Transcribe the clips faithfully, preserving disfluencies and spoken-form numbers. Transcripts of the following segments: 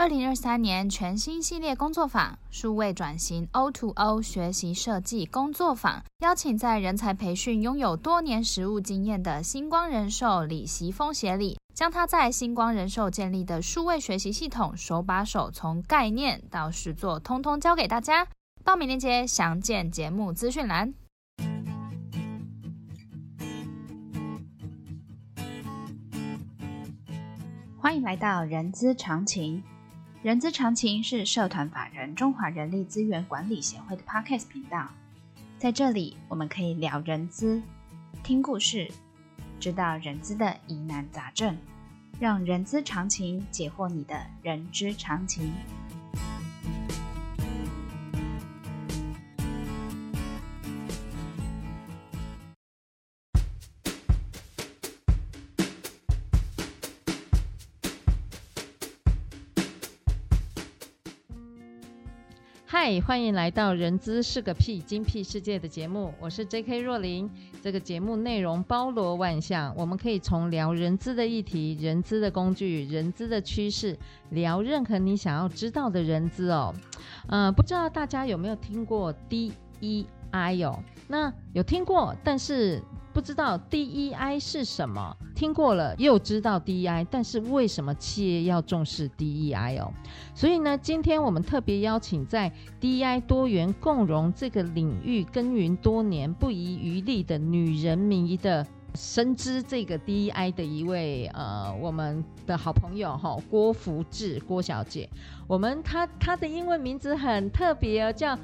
二零二三年全新系列工作坊数位转型 O to O 学习设计工作坊，邀请在人才培训拥有多年实务经验的星光人寿李习峰协理，将他在星光人寿建立的数位学习系统手把手从概念到实作通通教给大家。报名链接详见节目资讯栏。欢迎来到人资常情。人资常情是社团法人中华人力资源管理协会的 Podcast 频道，在这里我们可以聊人资，听故事，知道人资的疑难杂症，让人资常情解惑你的人之常情。 嗨，欢迎来到人资是个屁精辟世界的节目，我是 J K 若琳。这个节目内容包罗万象，我们可以从聊人资的议题、人资的工具、人资的趋势，聊任何你想要知道的人资哦。呃，不知道大家有没有听过 D E I 哦？那有听过，但是不知道 D E I 是什么，听过了又知道 D E I， 但是为什么企业要重视 D E I 哦？所以呢，今天我们特别邀请在 D E I 多元共融这个领域耕耘多年、不遗余力的女人迷的深知这个 D E I 的一位呃我们的好朋友哈，郭福智郭小姐。我们她她的英文名字很特别哦，叫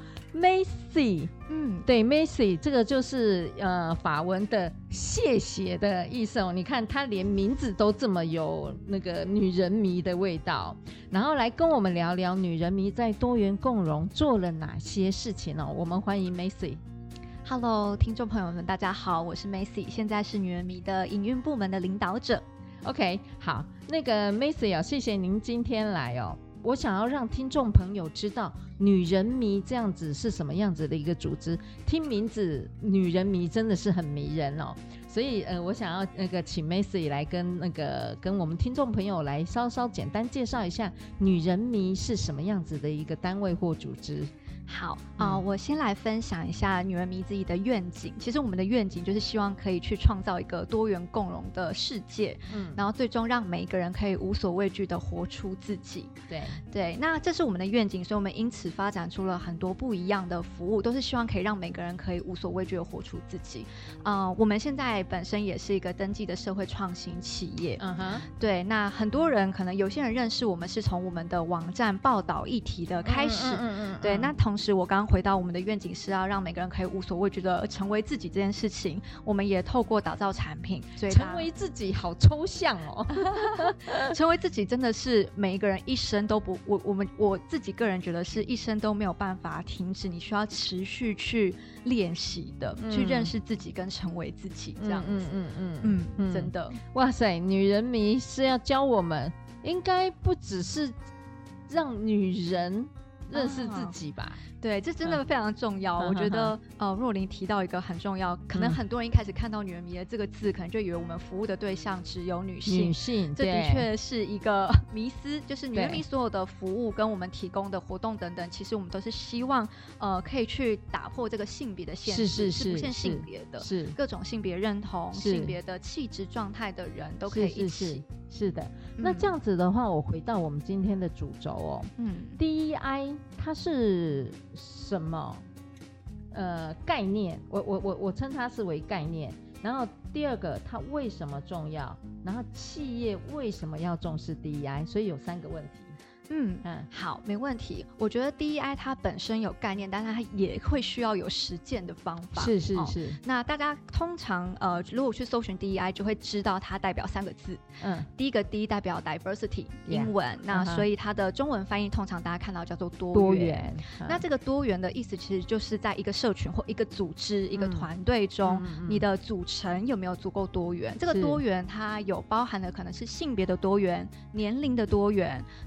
Macy。嗯，对 ，Macy 这个就是呃法文的谢谢的意思哦。你看她连名字都这么有那个女人迷的味道，然后来跟我们聊聊女人迷在多元共融做了哪些事情哦。我们欢迎 Macy。Hello， 听众朋友们，大家好，我是 Macy， 现在是女人迷的营运部门的领导者。 OK， 好，那个 Macy 哦，谢谢您今天来哦。我想要让听众朋友知道女人迷这样子是什么样子的一个组织，听名字女人迷真的是很迷人哦，所以呃，我想要那个请 Macy 来跟那个跟我们听众朋友来稍稍简单介绍一下女人迷是什么样子的一个单位或组织。 好啊、呃，我先来分享一下女人迷自己的愿景。其实我们的愿景就是希望可以去创造一个多元共融的世界，嗯，然后最终让每一个人可以无所畏惧的活出自己。 对对，那这是我们的愿景，所以我们因此发展出了很多不一样的服务，都是希望可以让每个人可以无所畏惧的活出自己。呃，我们现在本身也是一个登记的社会创新企业，嗯哼，对。那很多人可能有些人认识我们是从我们的网站报道议题的开始，嗯嗯嗯嗯对。那同时我刚刚回到我们的愿景是要让每个人可以无所畏惧的成为自己这件事情，我们也透过打造产品，所以成为自己好抽象哦成为自己真的是每一个人一生都不我我们我自己个人觉得是一生都没有办法停止，你需要持续去练习的、嗯、去认识自己跟成为自己这样子。嗯嗯嗯 嗯, 嗯真的哇塞，女人迷是要教我们应该不只是让女人认识自己吧、啊、 对，这真的非常重要、嗯、我觉得呃，若琳提到一个很重要，可能很多人一开始看到女人迷的这个字、嗯、可能就以为我们服务的对象只有女性女性， 这的确是一个迷思，就是女人迷所有的服务跟我们提供的活动等等，其实我们都是希望呃可以去打破这个性别的限制， 是是是是不限性别的， 是各种性别认同性别的气质状态的人都可以一起， 是是是是的、嗯、那这样子的话，我回到我们今天的主轴哦，嗯 D E I 它是什么呃概念？我我我我称它是为概念。然后第二个，它为什么重要？然后企业为什么要重视 D E I？ 所以有三个问题。 嗯嗯，好，没问题。我觉得 D E I 它本身有概念，但是它也会需要有实践的方法。 是是是、哦。 那大家通常呃，如果去搜寻 D E I， 就会知道它代表三个字。嗯，第一个 D 代表 diversity， 英文， yeah, 那、uh-huh. 所以它的中文翻译通常大家看到叫做多元。 多元。 嗯、那这个多元的意思其实就是在一个社群或一个组织、嗯、一个团队中、嗯，你的组成有没有足够多元？这个多元它有包含的可能是性别的多元、年龄的多元，甚至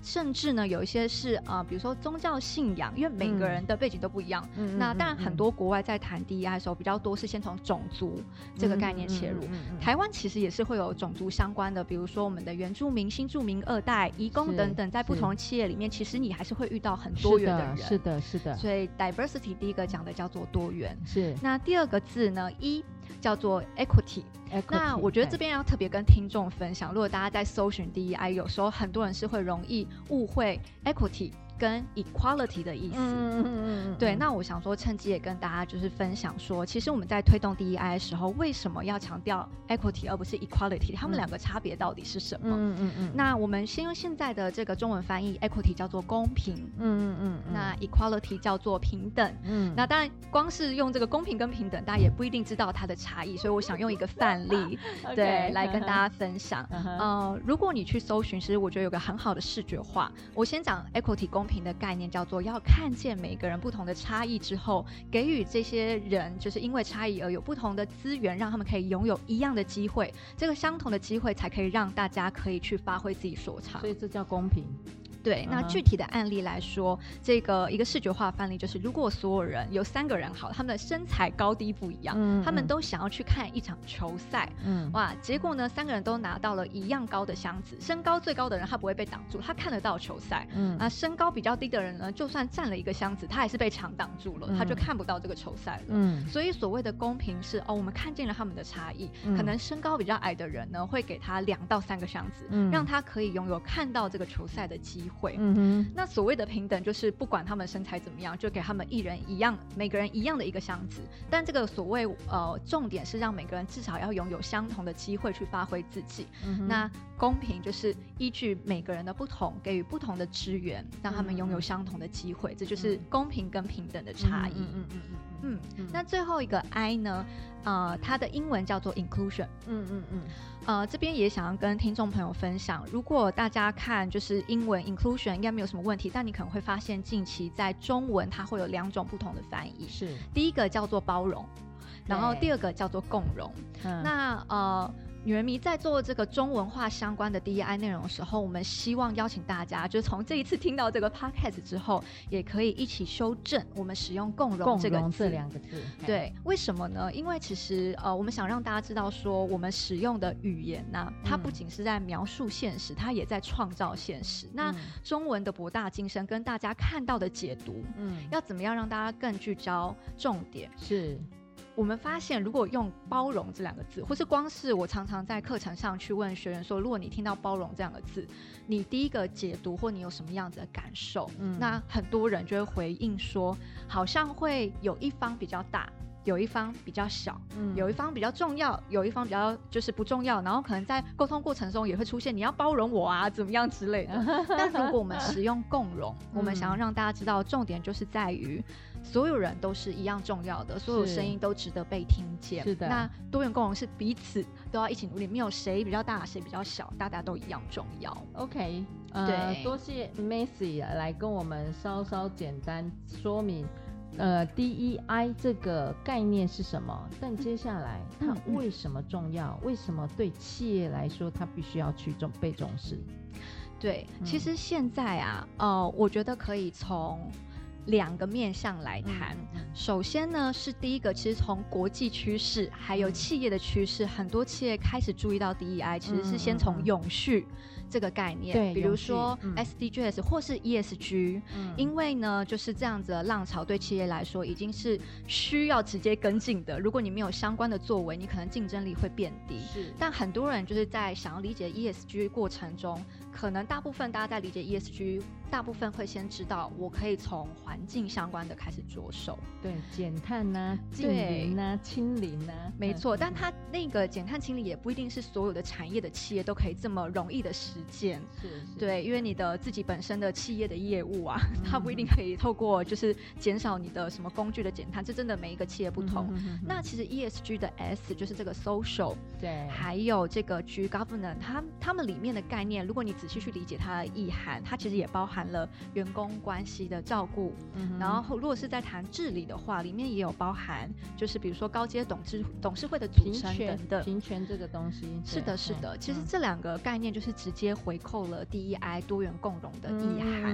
至呢有一些是呃，比如说宗教信仰，因为每个人的背景都不一样。嗯、那当然很多国外在谈 D E I 的时候，比较多是先从种族这个概念切入。嗯嗯嗯嗯、台湾其实也是会有种族相关的，比如说我们的原住民、新住民、二代、移工等等，在不同的企业里面，其实你还是会遇到很多元的人。 是的，是的，是的。 所以 diversity 第一个讲的叫做多元。 是。 那第二个字呢，一叫做 equity。 Equity, 那我觉得这边要特别跟听众分享，如果大家在搜寻 D E I， 有时候很多人是会容易误会 equity跟 equality 的意思。嗯嗯嗯对，那我想说趁机也跟大家就是分享说，其实我们在推动 D E I 的时候，为什么要强调 equity 而不是 equality， 他们两个差别到底是什么？嗯嗯嗯那我们先用现在的这个中文翻译 equity 叫做公平。嗯嗯嗯那 equality 叫做平等。嗯那当然光是用这个公平跟平等，大家也不一定知道它的差异，所以我想用一个范例对来跟大家分享。呃，如果你去搜寻，其实我觉得有个很好的视觉化。我先讲 equity 公平的概念，叫做要看见每个人不同的差异之后，给予这些人就是因为差异而有不同的资源，让他们可以拥有一样的机会，这个相同的机会才可以让大家可以去发挥自己所长， 所以这叫公平。 对，那具体的案例来说，这个一个视觉化范例就是，如果所有人有三个人好，他们的身材高低不一样，嗯嗯他们都想要去看一场球赛，嗯，哇，结果呢，三个人都拿到了一样高的箱子，身高最高的人他不会被挡住，他看得到球赛，嗯，那身高比较低的人呢，就算占了一个箱子，他还是被墙挡住了，嗯、他就看不到这个球赛了，嗯，所以所谓的公平是哦，我们看见了他们的差异，嗯、可能身高比较矮的人呢，会给他两到三个箱子，嗯，让他可以拥有看到这个球赛的机会。嗯哼，那所谓的平等就是不管他们身材怎么样，就给他们一人一样，每个人一样的一个箱子。但这个所谓呃重点是让每个人至少要拥有相同的机会去发挥自己。嗯、那公平就是依据每个人的不同，给予不同的资源，让他们拥有相同的机会。嗯、这就是公平跟平等的差异。嗯嗯嗯嗯嗯嗯。那最后一个 I 呢？呃，它的英文叫做 inclusion。嗯嗯嗯。呃，这边也想要跟听众朋友分享，如果大家看就是英文 inclusion 应该没有什么问题，但你可能会发现近期在中文它会有两种不同的翻译。是。第一个叫做包容，然后第二个叫做共融。嗯、那呃。女人迷在做这个中文化相关的 D E I 内容的时候，我们希望邀请大家，就是从这一次听到这个 podcast 之后，也可以一起修正我们使用共融这个字。共融这两个字，对，为什么呢？因为其实呃，我们想让大家知道说，我们使用的语言呢、啊，它不仅是在描述现实，它也在创造现实。那中文的博大精深，跟大家看到的解读，嗯，要怎么样让大家更聚焦重点？是。我们发现如果用包容这两个字，或是光是我常常在课程上去问学员说，如果你听到包容这两个字，你第一个解读或你有什么样子的感受？嗯，那很多人就会回应说，好像会有一方比较大，有一方比较小，嗯，有一方比较重要，有一方比较就是不重要，然后可能在沟通过程中也会出现你要包容我啊怎么样之类的。但如果我们使用共融，我们想要让大家知道重点就是在于所有人都是一样重要的，所有声音都值得被听见。是的，那多元共融是彼此都要一起努力，没有谁比较大谁比较小，大家都一样重要。 OK， 呃，对，多谢 Macy 来跟我们稍稍简单说明呃 D E I 这个概念是什么，但接下来它为什么重要、嗯嗯、为什么对企业来说它必须要去重被重视？ 对、嗯、其实现在啊呃，我觉得可以从两个面向来谈、嗯、首先呢是第一个，其实从国际趋势还有企业的趋势、嗯、很多企业开始注意到 D E I 其实是先从永续这个概念、嗯、比如说 S D Gs、嗯、或是 E S G、嗯、因为呢就是这样子的浪潮对企业来说已经是需要直接跟进的，如果你没有相关的作为，你可能竞争力会变低。是，但很多人就是在想要理解 E S G 过程中，可能大部分大家在理解 E S G， 大部分会先知道我可以从环境相关的开始着手， 对，减碳啊、净零啊、清零啊， 没错、嗯、但它那个减碳清零也不一定是所有的产业的企业都可以这么容易的实践。是是，对，因为你的自己本身的企业的业务啊、嗯、它不一定可以透过就是减少你的什么工具的减碳，这真的每一个企业不同、嗯、哼哼哼，那其实 E S G 的 S 就是这个 social， 对，还有这个 G governance， 它它们里面的概念，如果你仔细去理解它的意涵，它其实也包含了员工关系的照顾、嗯、然后如果是在谈治理的话，里面也有包含就是比如说高阶董事董事会的组成等等， 平权这个东西， 是的是的、嗯、其实这两个概念就是直接回扣了 D E I 多元共融的意涵、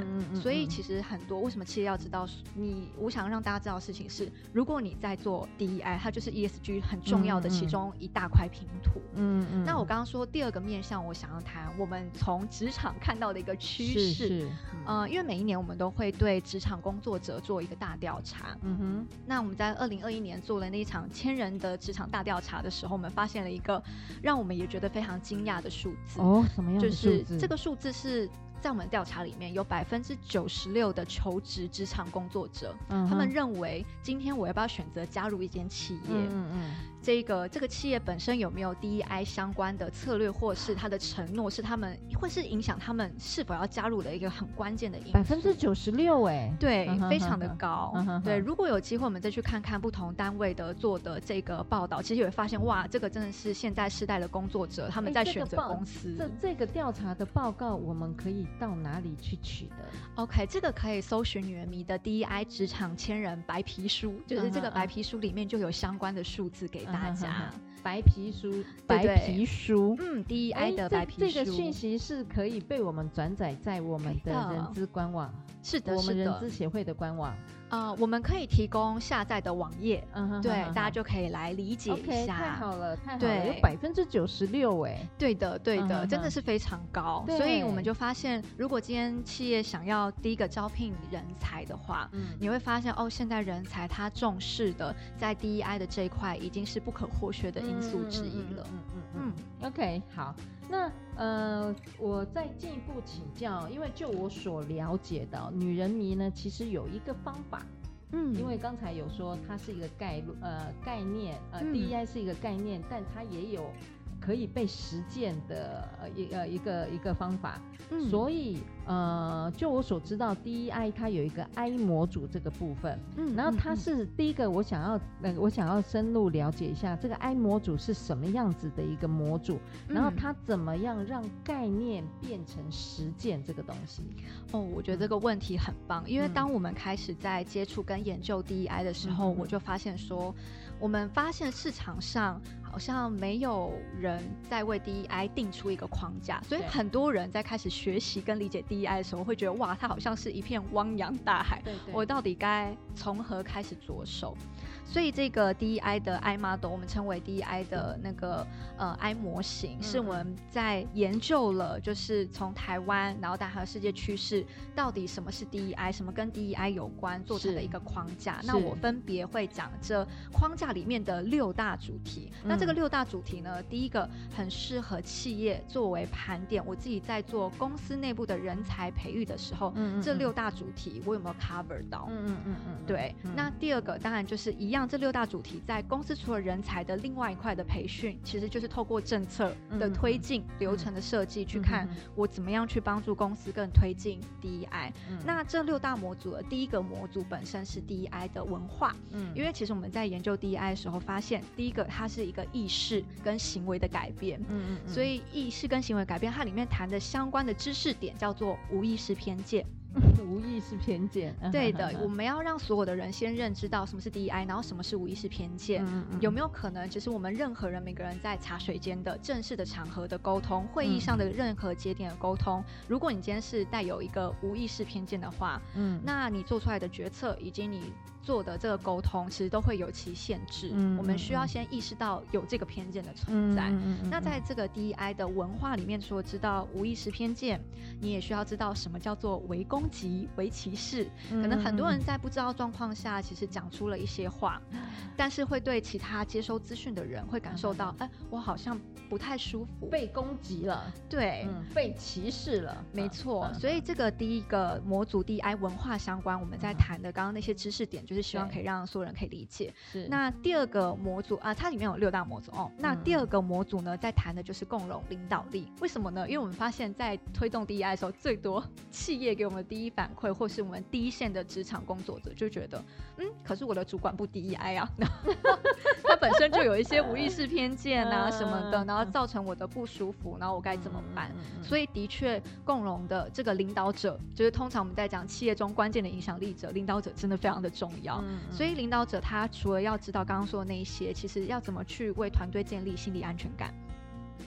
所以其实很多为什么企业要知道你，我想让大家知道的事情是，如果你在做 D E I， 它就是 E S G 很重要的其中一大块拼图。嗯嗯。那我刚刚说第二个面向，我想要谈我们从职场看到的一个趋势。是是。嗯、呃，因为每一年我们都会对职场工作者做一个大调查。嗯哼。那我们在二零二一年做了那一场千人的职场大调查的时候，我们发现了一个让我们也觉得非常惊讶的数字。 哦，什么样的数字？ 就是这个数字是在我们调查里面有百分之九十六的求职职场工作者、嗯，他们认为今天我要不要选择加入一间企业？嗯嗯，这个这个企业本身有没有 D E I 相关的策略，或是他的承诺，是他们会是影响他们是否要加入的一个很关键的因素。 百分之九十六，哎， 对，嗯、非常的高。嗯、对，如果有机会，我们再去看看不同单位的做的这个报道，其实也会发现，哇，这个真的是现在世代的工作者他们在选择公司。 这这个调查的报告，我们可以到哪里去取得 ？OK， 这个可以搜寻女人迷的 D E I 职场千人白皮书，就是这个白皮书里面就有相关的数字给大家。 嗯嗯嗯、白皮书，白皮书， 嗯 ，D E I 的白皮书， 这, 这个讯息是可以被我们转载在我们的人资官网， 是的， 我们人资协会的官网。 呃，我们可以提供下载的网页，嗯哼，对，大家就可以来理解一下。 Okay, 太好了，太好了，有百分之九十六，哎， 对的，对的，嗯、真的是非常高。所以我们就发现，如果今天企业想要第一个招聘人才的话，嗯，你会发现哦，现在人才他重视的在 D E I 的这一块已经是不可或缺的因素之一了。嗯嗯嗯嗯嗯 ，OK， 好。那呃，我再进一步请教，因为就我所了解的，女人迷呢，其实有一个方法，嗯，因为刚才有说它是一个概呃概念，呃、嗯、，D E I 是一个概念，但它也有可以被实践的一呃一个一个方法，嗯，所以呃，就我所知道 ，D E I 它有一个 I 模组这个部分，嗯，然后它是、嗯、第一个，我想要呃，我想要深入了解一下这个 I 模组是什么样子的一个模组，嗯、然后它怎么样让概念变成实践这个东西？ 哦，我觉得这个问题很棒，因为当我们开始在接触跟研究 D E I 的时候，嗯、我就发现说，我们发现市场上好像没有人在为 D E I 定出一个框架，所以很多人在开始学习跟理解 D E I 的时候，会觉得哇，它好像是一片汪洋大海，对对，我到底该从何开始着手？所以这个 D E I 的 I model， 我们称为 D E I 的那个呃 I 模型，嗯、是我们在研究了，就是从台湾，然后还有世界趋势，到底什么是 D E I， 什么跟 D E I 有关，做成的一个框架。那我分别会讲这框架里面的六大主题。嗯、那这个六大主题呢，第一个很适合企业作为盘点，我自己在做公司内部的人才培育的时候，嗯嗯嗯这六大主题我有没有 cover 到？嗯嗯嗯嗯对。嗯、那第二个当然就是一样，这六大主题在公司除了人才的另外一块的培训，其实就是透过政策的推进、嗯、流程的设计、嗯、去看我怎么样去帮助公司更推进 D E I。嗯、那这六大模组的第一个模组本身是 D E I 的文化，嗯，因为其实我们在研究 D E I 的时候发现，第一个它是一个意识跟行为的改变，嗯嗯嗯所以意识跟行为改变，它里面谈的相关的知识点叫做无意识偏见。 无意识偏见， 对的，我们要让所有的人先认知到什么是 D E I， 然后什么是无意识偏见。嗯嗯有没有可能，其实我们任何人每个人在茶水间的正式的场合的沟通，会议上的任何节点的沟通，嗯、如果你今天是带有一个无意识偏见的话，嗯，那你做出来的决策以及你做的这个沟通，其实都会有其限制。嗯、我们需要先意识到有这个偏见的存在。嗯、那在这个 D E I 的文化里面，除了知道无意识偏见，你也需要知道什么叫做围攻击、围歧视。可能很多人在不知道状况下，其实讲出了一些话，但是会对其他接收资讯的人会感受到，哎，我好像不太舒服， 被攻击了， 对， 嗯、被歧视了， 没错。嗯、所以这个第一个模组 D E I 文化相关，我们在谈的刚刚那些知识点，就是希望可以让所有人可以理解。是。那第二个模组啊，它里面有六大模组哦。那第二个模组呢，在谈的就是共融领导力。为什么呢？因为我们发现，在推动 D E I 的时候，最多企业给我们的第一反馈，或是我们第一线的职场工作者就觉得，嗯，可是我的主管不 D E I 啊，他本身就有一些无意识偏见啊什么的，然后造成我的不舒服，然后我该怎么办？所以的确，共融的这个领导者，就是通常我们在讲企业中关键的影响力者，领导者真的非常的重要。嗯、所以领导者他除了要知道刚刚说的那一些，其实要怎么去为团队建立心理安全感。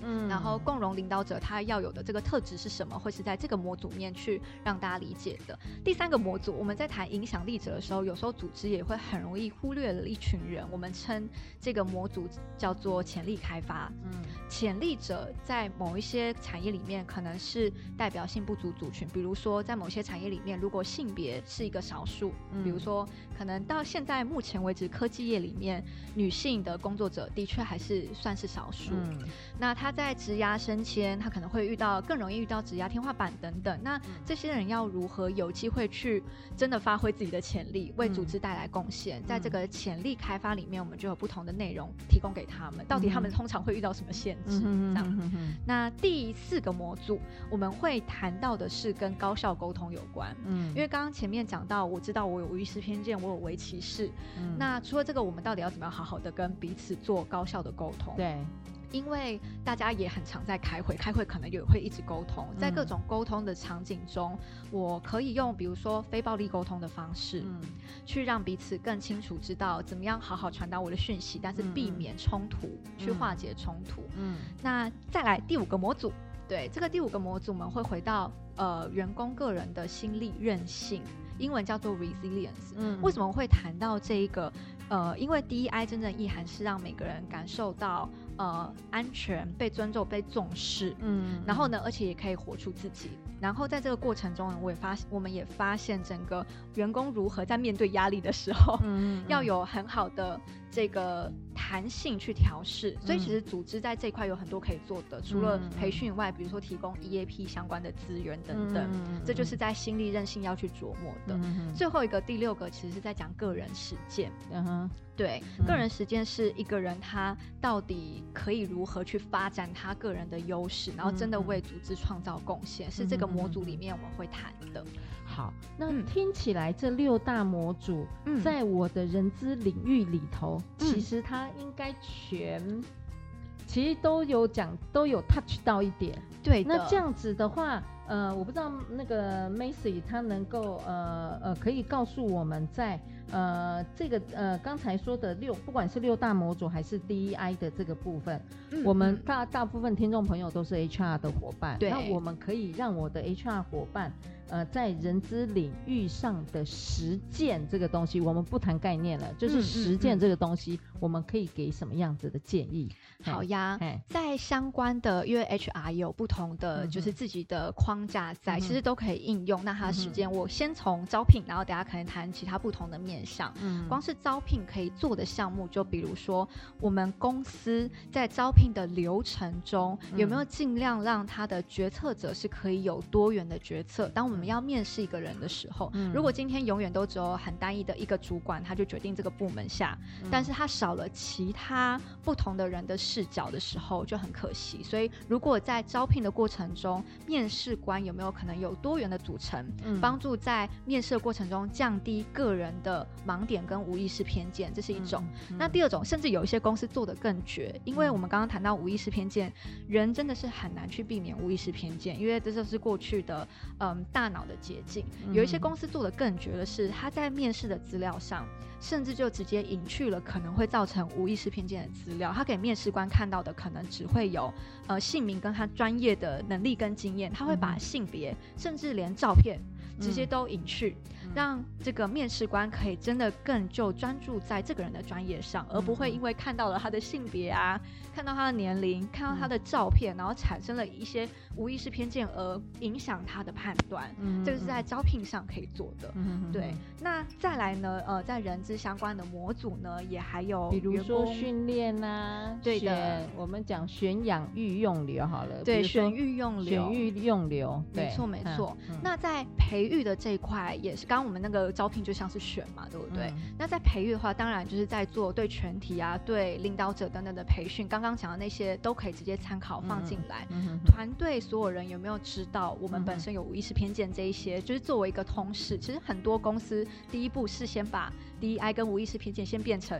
嗯，然后共融领导者他要有的这个特质是什么，会是在这个模组面去让大家理解的。第三个模组，我们在谈影响力者的时候，有时候组织也会很容易忽略了一群人，我们称这个模组叫做潜力开发。嗯，潜力者在某一些产业里面可能是代表性不足族群，比如说在某些产业里面，如果性别是一个少数，嗯，比如说可能到现在目前为止科技业里面女性的工作者的确还是算是少数。嗯，那他在职涯升迁，他可能会遇到更容易遇到职涯天花板等等。那这些人要如何有机会去真的发挥自己的潜力，为组织带来贡献？嗯，在这个潜力开发里面，我们就有不同的内容提供给他们。到底他们通常会遇到什么限制？嗯，这样。那第四个模组，我们会谈到的是跟高效沟通有关。嗯，因为刚刚前面讲到，我知道我有无意识偏见，我有微歧视。嗯，那除了这个，我们到底要怎么样好好的跟彼此做高效的沟通？ 对。 因为大家也很常在开会，开会可能也会一直沟通，在各种沟通的场景中，我可以用比如说非暴力沟通的方式，嗯，去让彼此更清楚知道怎么样好好传达我的讯息，但是避免冲突，嗯，去化解冲突。嗯，那再来第五个模组，对，这个第五个模组我们会回到呃员工个人的心力韧性，英文叫做 resilience。嗯，为什么会谈到这一个？呃，因为 D E I 真正的意涵是让每个人感受到呃安全、被尊重、被重视，嗯，然后呢，而且也可以活出自己。然后在这个过程中呢，我也发我们也发现整个员工如何在面对压力的时候，嗯，要有很好的这个弹性去调试。所以其实组织在这一块有很多可以做的，除了培训以外，比如说提供 E A P 相关的资源等等，嗯，这就是在心力韧性要去琢磨的。嗯，最后一个第六个其实是在讲个人实践。嗯，对，个人实践是一个人他到底可以如何去发展他个人的优势，然后真的为组织创造贡献，是这个模组里面我们会谈的。 好，那听起来这六大模组，嗯，在我的人资领域里头，嗯，其实它应该全其实都有讲，都有 touch 到一点。 对的， 那这样子的话，呃，我不知道那个 Macy 她能够呃呃可以告诉我们在呃这个呃刚才说的六，不管是六大模组还是 D E I 的这个部分，嗯，我们大大部分听众朋友都是 H R 的伙伴，对，那我们可以让我的 H R 伙伴呃在人资领域上的实践这个东西，我们不谈概念了，就是实践这个东西，嗯嗯嗯，我们可以给什么样子的建议？ 好呀，在相关的，因为 H R 有不同的就是自己的框架在，嗯，其实都可以应用。那它的时间，嗯，我先从招聘，然后等下可能谈其他不同的面向。嗯，光是招聘可以做的项目，就比如说我们公司在招聘的流程中，嗯，有没有尽量让他的决策者是可以有多元的决策？当我们要面试一个人的时候，嗯，如果今天永远都只有很单一的一个主管，他就决定这个部门下，嗯，但是他少了其他不同的人的视角的时候，就很可惜。所以如果在招聘的过程中，面试官有没有可能有多元的组成，嗯，帮助在面试的过程中降低个人的盲点跟无意识偏见，这是一种。嗯嗯，那第二种，甚至有一些公司做得更绝，因为我们刚刚谈到无意识偏见，人真的是很难去避免无意识偏见，因为这就是过去的嗯大脑的捷径。有一些公司做得更绝的是，他在面试的资料上，甚至就直接隐去了可能会造成无意识偏见的资料，他给面试官看到的可能只会有呃姓名跟他专业的能力跟经验，他会把性别，嗯，甚至连照片直接都隐去，嗯，让这个面试官可以真的更就专注在这个人的专业上，而不会因为看到了他的性别啊，看到他的年龄，看到他的照片，然后产生了一些无意识偏见而影响他的判断。嗯，这个是在招聘上可以做的。嗯，对。那再来呢，呃，在人资相关的模组呢，也还有比如说训练啊， 对的， 我们讲选养育用流好了， 对，选育用流， 选育用流， 没错没错。嗯，那在培育的这一块，也是刚刚我们那个招聘就像是选嘛，对不对？嗯，那在培育的话，当然就是在做对全体啊、对领导者等等的培训，刚刚讲的那些都可以直接参考放进来。嗯嗯，团队所有人有没有知道我们本身有无意识偏见这一些，就是作为一个通识，其实很多公司第一步是先把 D E I 跟无意识偏见先变成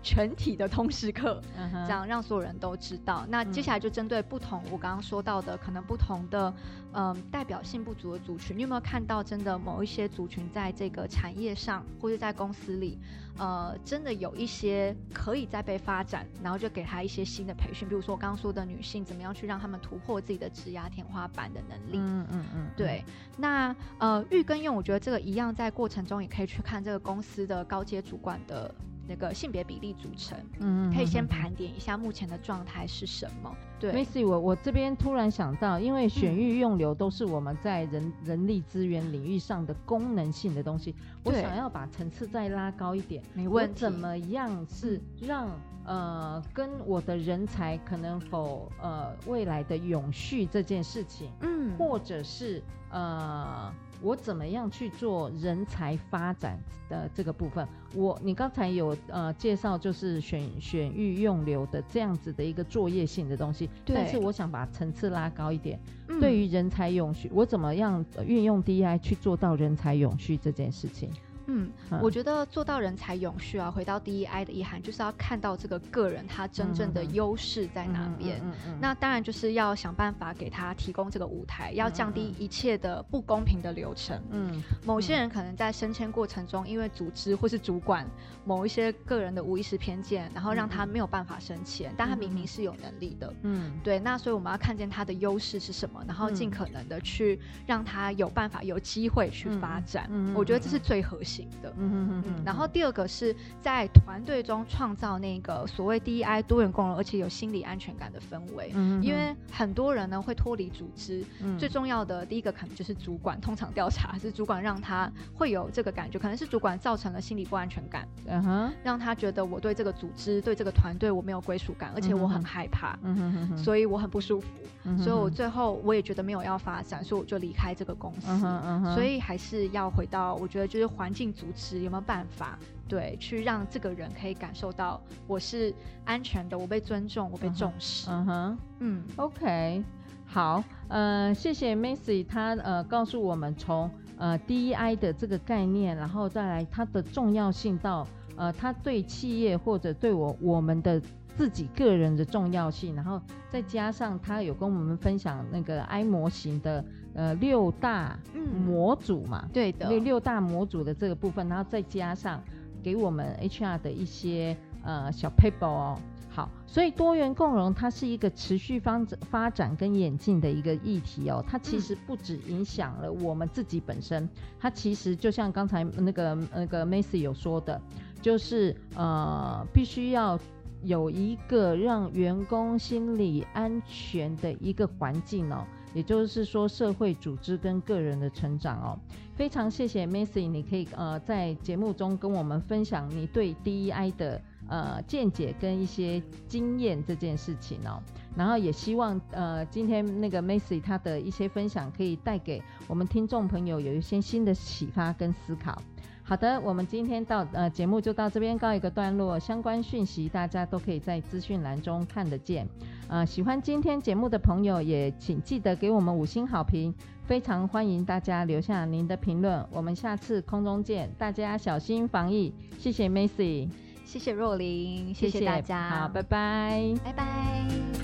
全体的通识课， 嗯哼这样让所有人都知道。那接下来就针对不同，我刚刚说到的可能不同的嗯代表性不足的族群，你有没有看到真的某一些族群在这个产业上或者在公司里，呃，真的有一些可以再被发展，然后就给他一些新的培训，比如说我刚刚说的女性怎么样去让他们突破自己的职涯天花板的能力。 嗯嗯嗯， 对。那呃育跟用，我觉得这个一样，在过程中也可以去看这个公司的高阶主管的那个性别比例组成，嗯，可以先盘点一下目前的状态是什么。对 Macy， 我我这边突然想到，因为选育用留都是我们在人、嗯、人力资源领域上的功能性的东西，我想要把层次再拉高一点， 没问题。 我怎么样是让呃跟我的人才可能否呃未来的永续这件事情，嗯，或者是呃我怎么样去做人才发展的这个部分？我你刚才有呃介绍，就是选选育用留的这样子的一个作业性的东西，但是我想把层次拉高一点，嗯、对于人才永续，我怎么样运用 D E I 去做到人才永续这件事情？ 嗯，我觉得做到人才永续啊，回到 D E I 的意涵，就是要看到这个个人他真正的优势在哪边。嗯嗯嗯嗯、那当然就是要想办法给他提供这个舞台，要降低一切的不公平的流程。嗯，某些人可能在升迁过程中，因为组织或是主管某一些个人的无意识偏见，然后让他没有办法升迁，嗯、但他明明是有能力的。嗯，对。那所以我们要看见他的优势是什么，然后尽可能的去让他有办法、有机会去发展。嗯嗯、我觉得这是最核心的。嗯哼哼哼。然后第二个是在团队中创造那个所谓 D E I 多元共融而且有心理安全感的氛围。嗯哼哼。因为很多人呢会脱离组织，嗯、最重要的第一个可能就是主管，通常调查是主管让他会有这个感觉，可能是主管造成了心理不安全感，嗯哼，让他觉得我对这个组织对这个团队我没有归属感，而且我很害怕，嗯哼哼哼，所以我很不舒服，嗯、所以我最后我也觉得没有要发展，所以我就离开这个公司。嗯哼嗯哼，所以还是要回到我觉得就是环境组织有没有办法对去让这个人可以感受到我是安全的，我被尊重，我被重视。嗯哼，嗯 OK， 好，呃，谢谢 Macy， 她呃告诉我们从呃 D E I 的这个概念，然后再来它的重要性到呃它对企业或者对我我们的自己个人的重要性，然后再加上他有跟我们分享那个 I 模型的呃六大模组嘛， 嗯、对的， 六大模组的这个部分，然后再加上给我们 H R 的一些呃小 paper 哦。好，所以多元共融它是一个持续发展跟演进的一个议题哦，它其实不只影响了我们自己本身，它其实就像刚才那个那个 Macy 有说的，就是呃必须要有一个让员工心理安全的一个环境哦，也就是说社会组织跟个人的成长哦。非常谢谢 Macy， 你可以呃在节目中跟我们分享你对 D E I 的呃见解跟一些经验这件事情哦。然后也希望呃今天那个 Macy 她的一些分享可以带给我们听众朋友有一些新的启发跟思考。好的，我们今天到呃节目就到这边告一个段落，相关讯息大家都可以在资讯栏中看得见。呃，喜欢今天节目的朋友也请记得给我们五星好评，非常欢迎大家留下您的评论。我们下次空中见，大家小心防疫。谢谢 Macy， 谢谢若琳，谢谢大家， 好，拜拜， 拜拜。